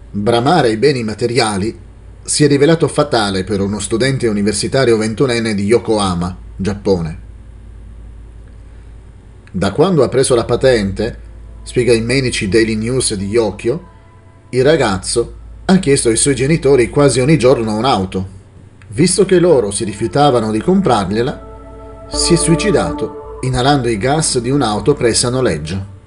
Bramare i beni materiali si è rivelato fatale per uno studente universitario ventunenne di Yokohama, Giappone. Da quando ha preso la patente, spiega il Mainichi Daily News di Yokyo, il ragazzo ha chiesto ai suoi genitori quasi ogni giorno un'auto. Visto che loro si rifiutavano di comprargliela, si è suicidato inalando i gas di un'auto presa a noleggio.